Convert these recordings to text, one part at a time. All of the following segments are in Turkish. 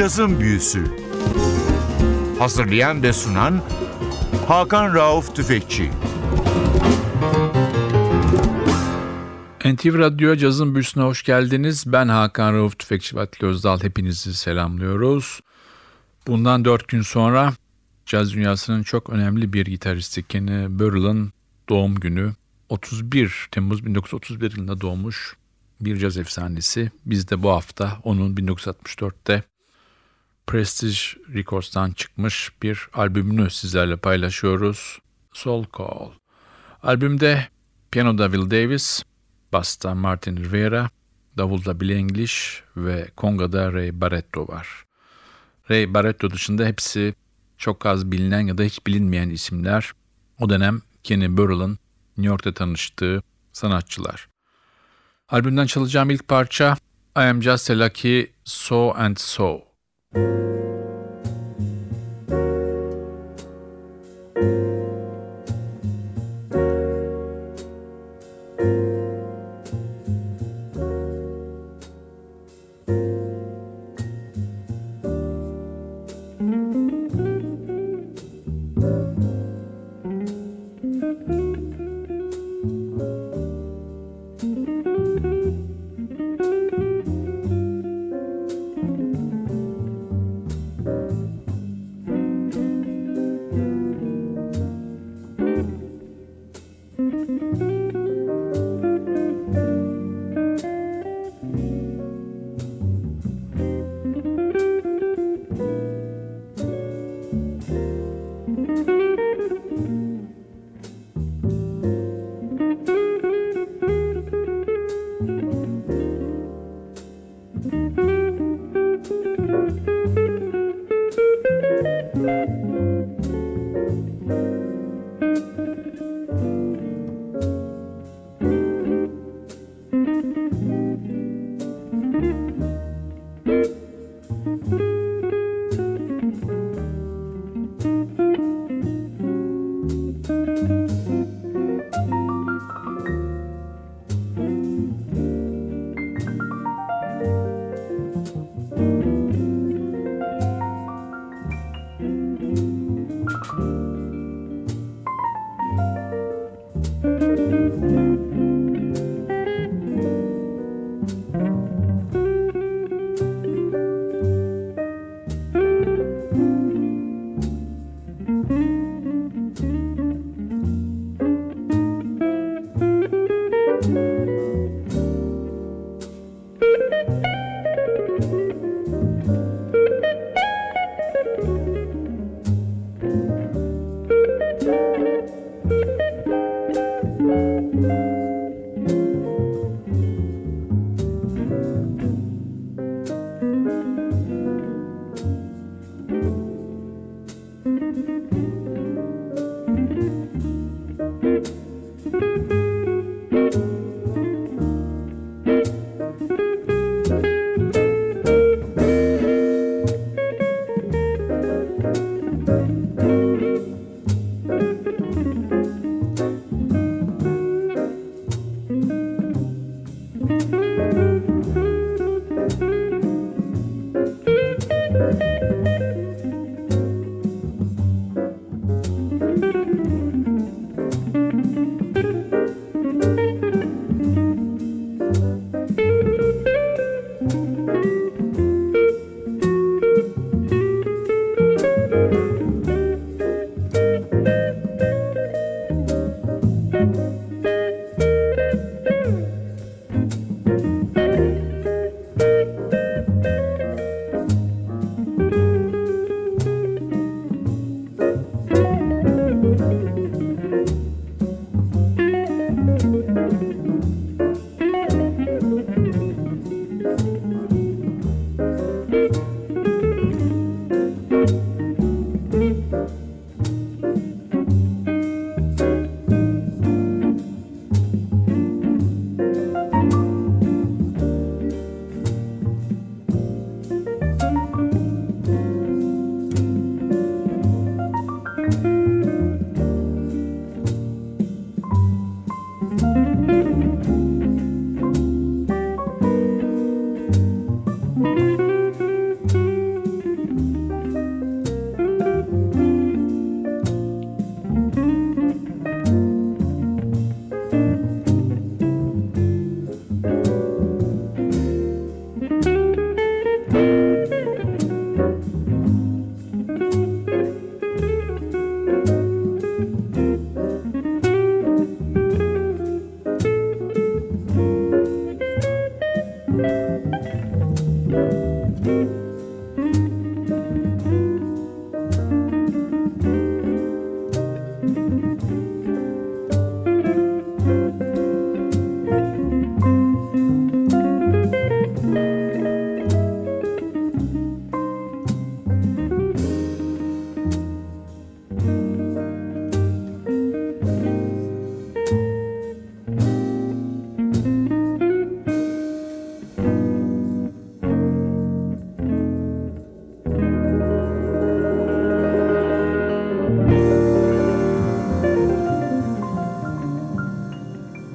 Cazın Büyüsü. Hazırlayan ve sunan Hakan Rauf Tüfekçi. NTV Radyo Cazın Büyüsü'ne hoş geldiniz. Ben Hakan Rauf Tüfekçi ve Atli Özdal. Hepinizi selamlıyoruz. Bundan 4 gün sonra caz dünyasının çok önemli bir gitaristi Kenny Burrell'ın doğum günü. 31 Temmuz 1931 yılında doğmuş bir caz efsanesi. Biz de bu hafta onun 1964'te Prestige Records'tan çıkmış bir albümünü sizlerle paylaşıyoruz. Soul Call. Albümde piyanoda Will Davis, basta Martin Rivera, davulda Billy English ve kongada Ray Barretto var. Ray Barretto dışında hepsi çok az bilinen ya da hiç bilinmeyen isimler. O dönem Kenny Burrell'ın New York'ta tanıştığı sanatçılar. Albümden çalacağım ilk parça I Am Just a Lucky So and So.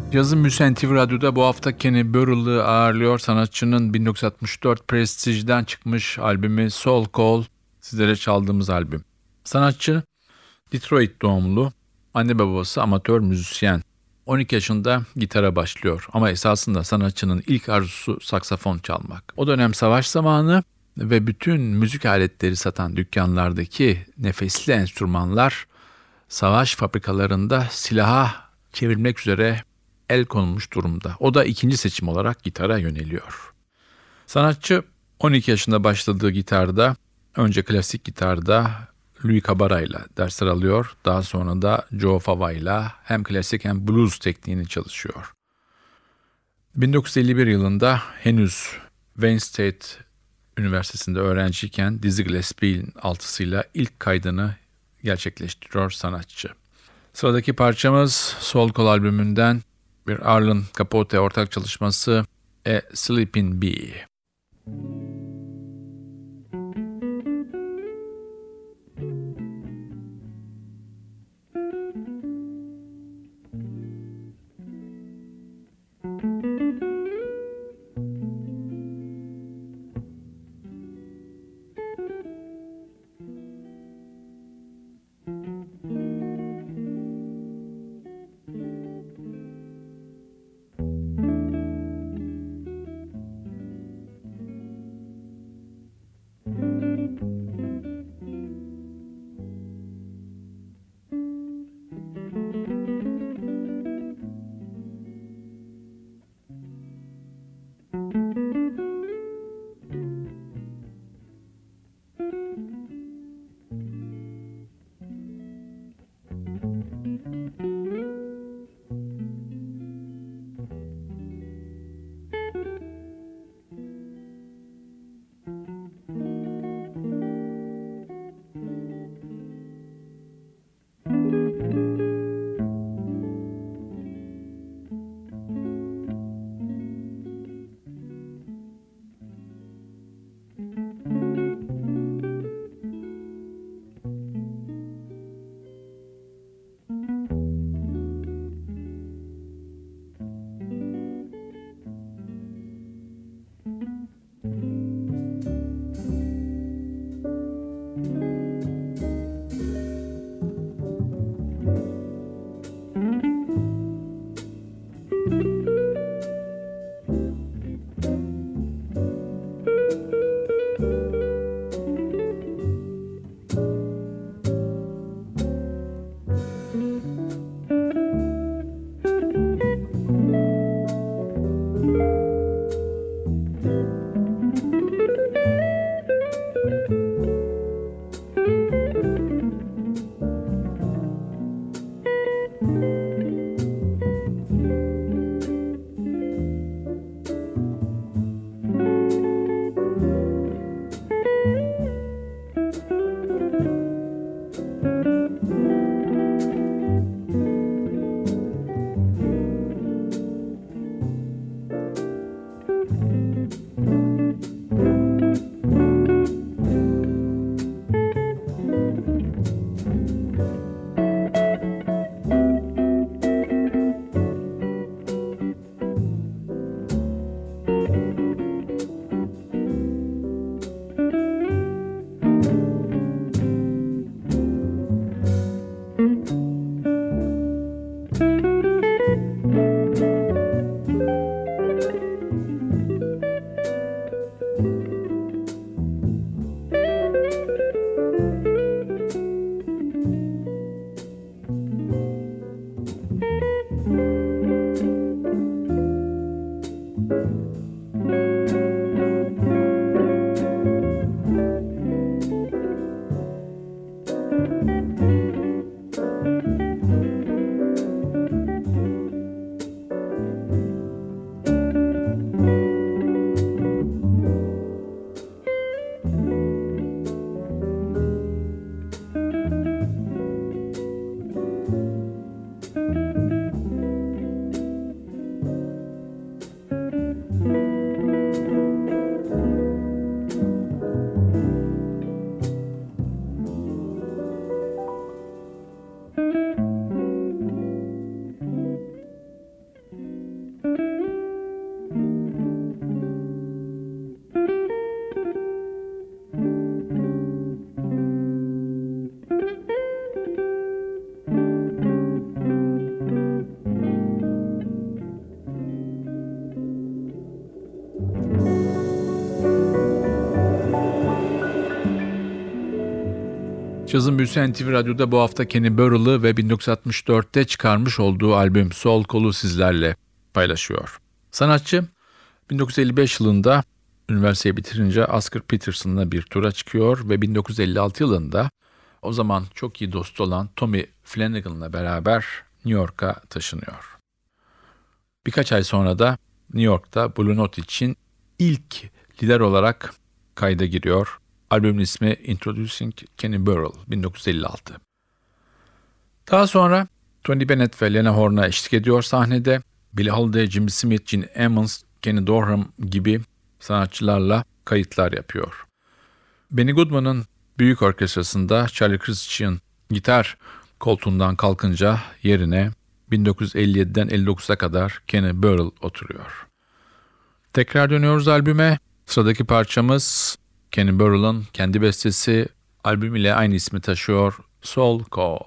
Cazın Büyüsü NTV Radyo'da bu hafta Kenny Burrell'ı ağırlıyor. Sanatçının 1964 Prestige'den çıkmış albümü Soul Call sizlere çaldığımız albüm. Sanatçı Detroit doğumlu, anne babası amatör müzisyen. 12 yaşında gitara başlıyor ama esasında sanatçının ilk arzusu saksafon çalmak. O dönem savaş zamanı ve bütün müzik aletleri satan dükkanlardaki nefesli enstrümanlar savaş fabrikalarında silaha çevirmek üzere el konulmuş durumda. O da ikinci seçim olarak gitara yöneliyor. Sanatçı 12 yaşında başladığı gitarda, önce klasik gitarda Louis Cabara ile dersler alıyor. Daha sonra da Joe Fava ile hem klasik hem blues tekniğini çalışıyor. 1951 yılında henüz Wayne State Üniversitesi'nde öğrenciyken Dizzy Gillespie'nin altısıyla ilk kaydını gerçekleştiriyor sanatçı. Sıradaki parçamız Soul Call albümünden bir Arlen Capote ortak çalışması A Sleeping Bee. Cazın büyüsü NTV Radyo'da bu hafta Kenny Burrell'ı ve 1964'te çıkarmış olduğu albüm Soul Call'u sizlerle paylaşıyor. Sanatçı 1955 yılında üniversiteyi bitirince Oscar Peterson'la bir tura çıkıyor ve 1956 yılında o zaman çok iyi dostu olan Tommy Flanagan'la beraber New York'a taşınıyor. Birkaç ay sonra da New York'ta Blue Note için ilk lider olarak kayda giriyor. Albümün ismi Introducing Kenny Burrell 1956. Daha sonra Tony Bennett ve Lena Horne'a eşlik ediyor sahnede. Billie Holiday, Jimmy Smith, Gene Ammons, Kenny Dorham gibi sanatçılarla kayıtlar yapıyor. Benny Goodman'ın büyük orkestrasında Charlie Christian gitar koltuğundan kalkınca yerine 1957'den 59'a kadar Kenny Burrell oturuyor. Tekrar dönüyoruz albüme. Sıradaki parçamız Kenny Burrell'ın kendi bestesi, albüm ile aynı ismi taşıyor, Soul Call.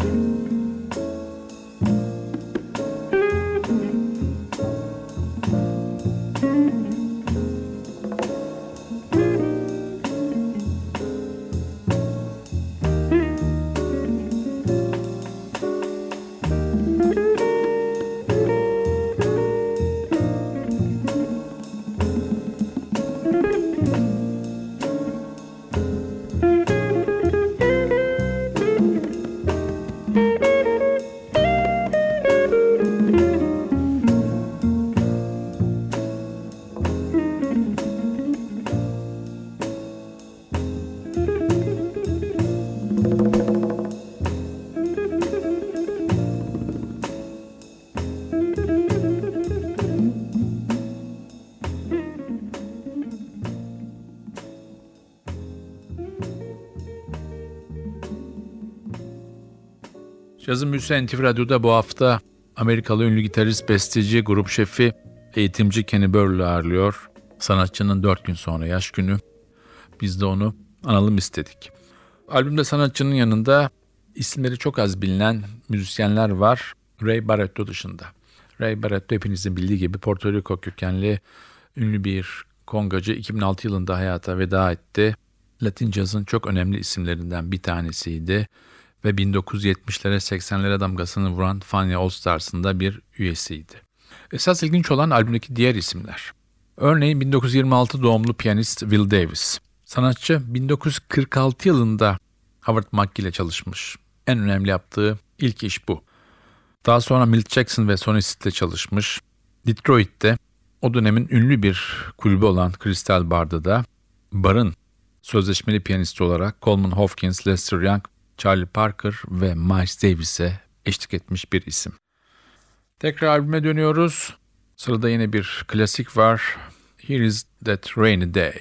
Cazın Büyüsü NTV Radyo'da bu hafta Amerikalı ünlü gitarist, besteci, grup şefi, eğitimci Kenny Burrell'ı ağırlıyor. Sanatçının 4 gün sonra yaş günü. Biz de onu analım istedik. Albümde sanatçının yanında isimleri çok az bilinen müzisyenler var, Ray Barretto dışında. Ray Barretto hepinizin bildiği gibi Porto Rico kökenli ünlü bir kongacı, 2006 yılında hayata veda etti. Latin cazın çok önemli isimlerinden bir tanesiydi ve 1970'lere 80'lere damgasını vuran Fania All Stars'ın da bir üyesiydi. Esas ilginç olan albümdeki diğer isimler. Örneğin 1926 doğumlu piyanist Will Davis. Sanatçı 1946 yılında Howard McGhee ile çalışmış. En önemli yaptığı ilk iş bu. Daha sonra Milt Jackson ve Sonny Stitt ile çalışmış. Detroit'te o dönemin ünlü bir kulübü olan Crystal Bar'da da barın sözleşmeli piyanisti olarak Coleman Hawkins, Lester Young, Charlie Parker ve Miles Davis'e eşlik etmiş bir isim. Tekrar albüme dönüyoruz. Sırada yine bir klasik var. Here is That Rainy Day.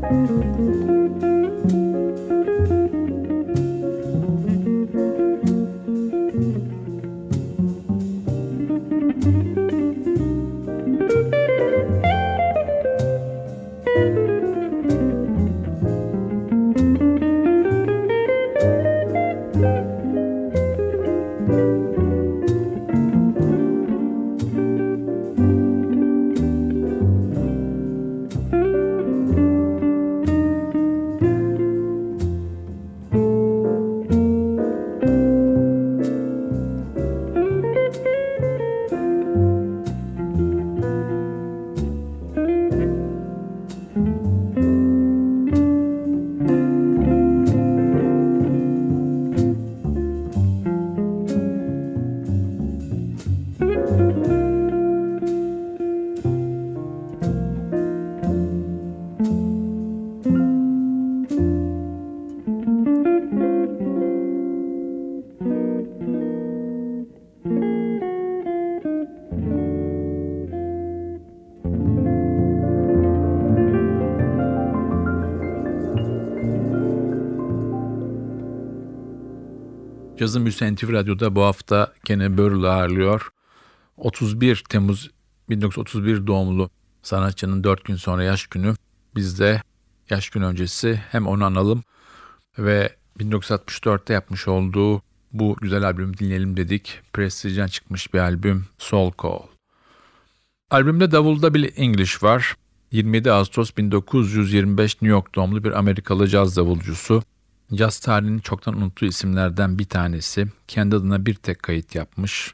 Cazın Büyüsü NTV Radyo'da bu hafta Kenny Burrell'ı ağırlıyor. 31 Temmuz 1931 doğumlu sanatçının 4 gün sonra yaş günü. Biz de yaş günü öncesi hem onu analım ve 1964'te yapmış olduğu bu güzel albümü dinleyelim dedik. Prestige'den çıkmış bir albüm, Soul Call. Albümde davulda Billie English var. 27 Ağustos 1925 New York doğumlu bir Amerikalı caz davulcusu. Caz tarihinin çoktan unuttuğu isimlerden bir tanesi. Kendi adına bir tek kayıt yapmış.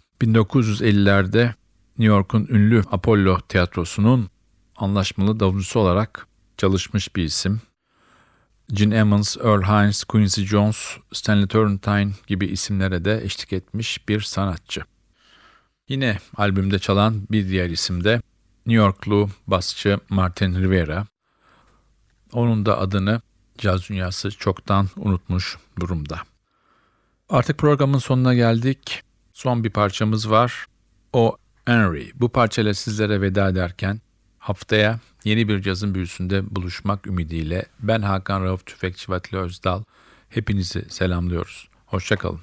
1950'lerde New York'un ünlü Apollo Tiyatrosu'nun anlaşmalı davulcusu olarak çalışmış bir isim. Gene Ammons, Earl Hines, Quincy Jones, Stanley Turrentine gibi isimlere de eşlik etmiş bir sanatçı. Yine albümde çalan bir diğer isim de New Yorklu basçı Martin Rivera. Onun da adını caz dünyası çoktan unutmuş durumda. Artık programın sonuna geldik. Son bir parçamız var. O Henry. Bu parçayla sizlere veda ederken haftaya yeni bir cazın büyüsünde buluşmak ümidiyle ben Hakan Rauf Tüfekçi ve Atilla Özdal hepinizi selamlıyoruz. Hoşça kalın.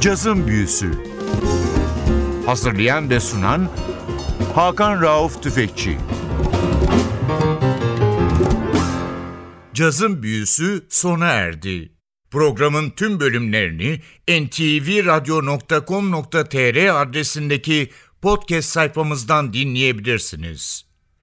Cazın Büyüsü. Hazırlayan ve sunan Hakan Rauf Tüfekçi. Cazın Büyüsü sona erdi. Programın tüm bölümlerini ntvradio.com.tr adresindeki podcast sayfamızdan dinleyebilirsiniz.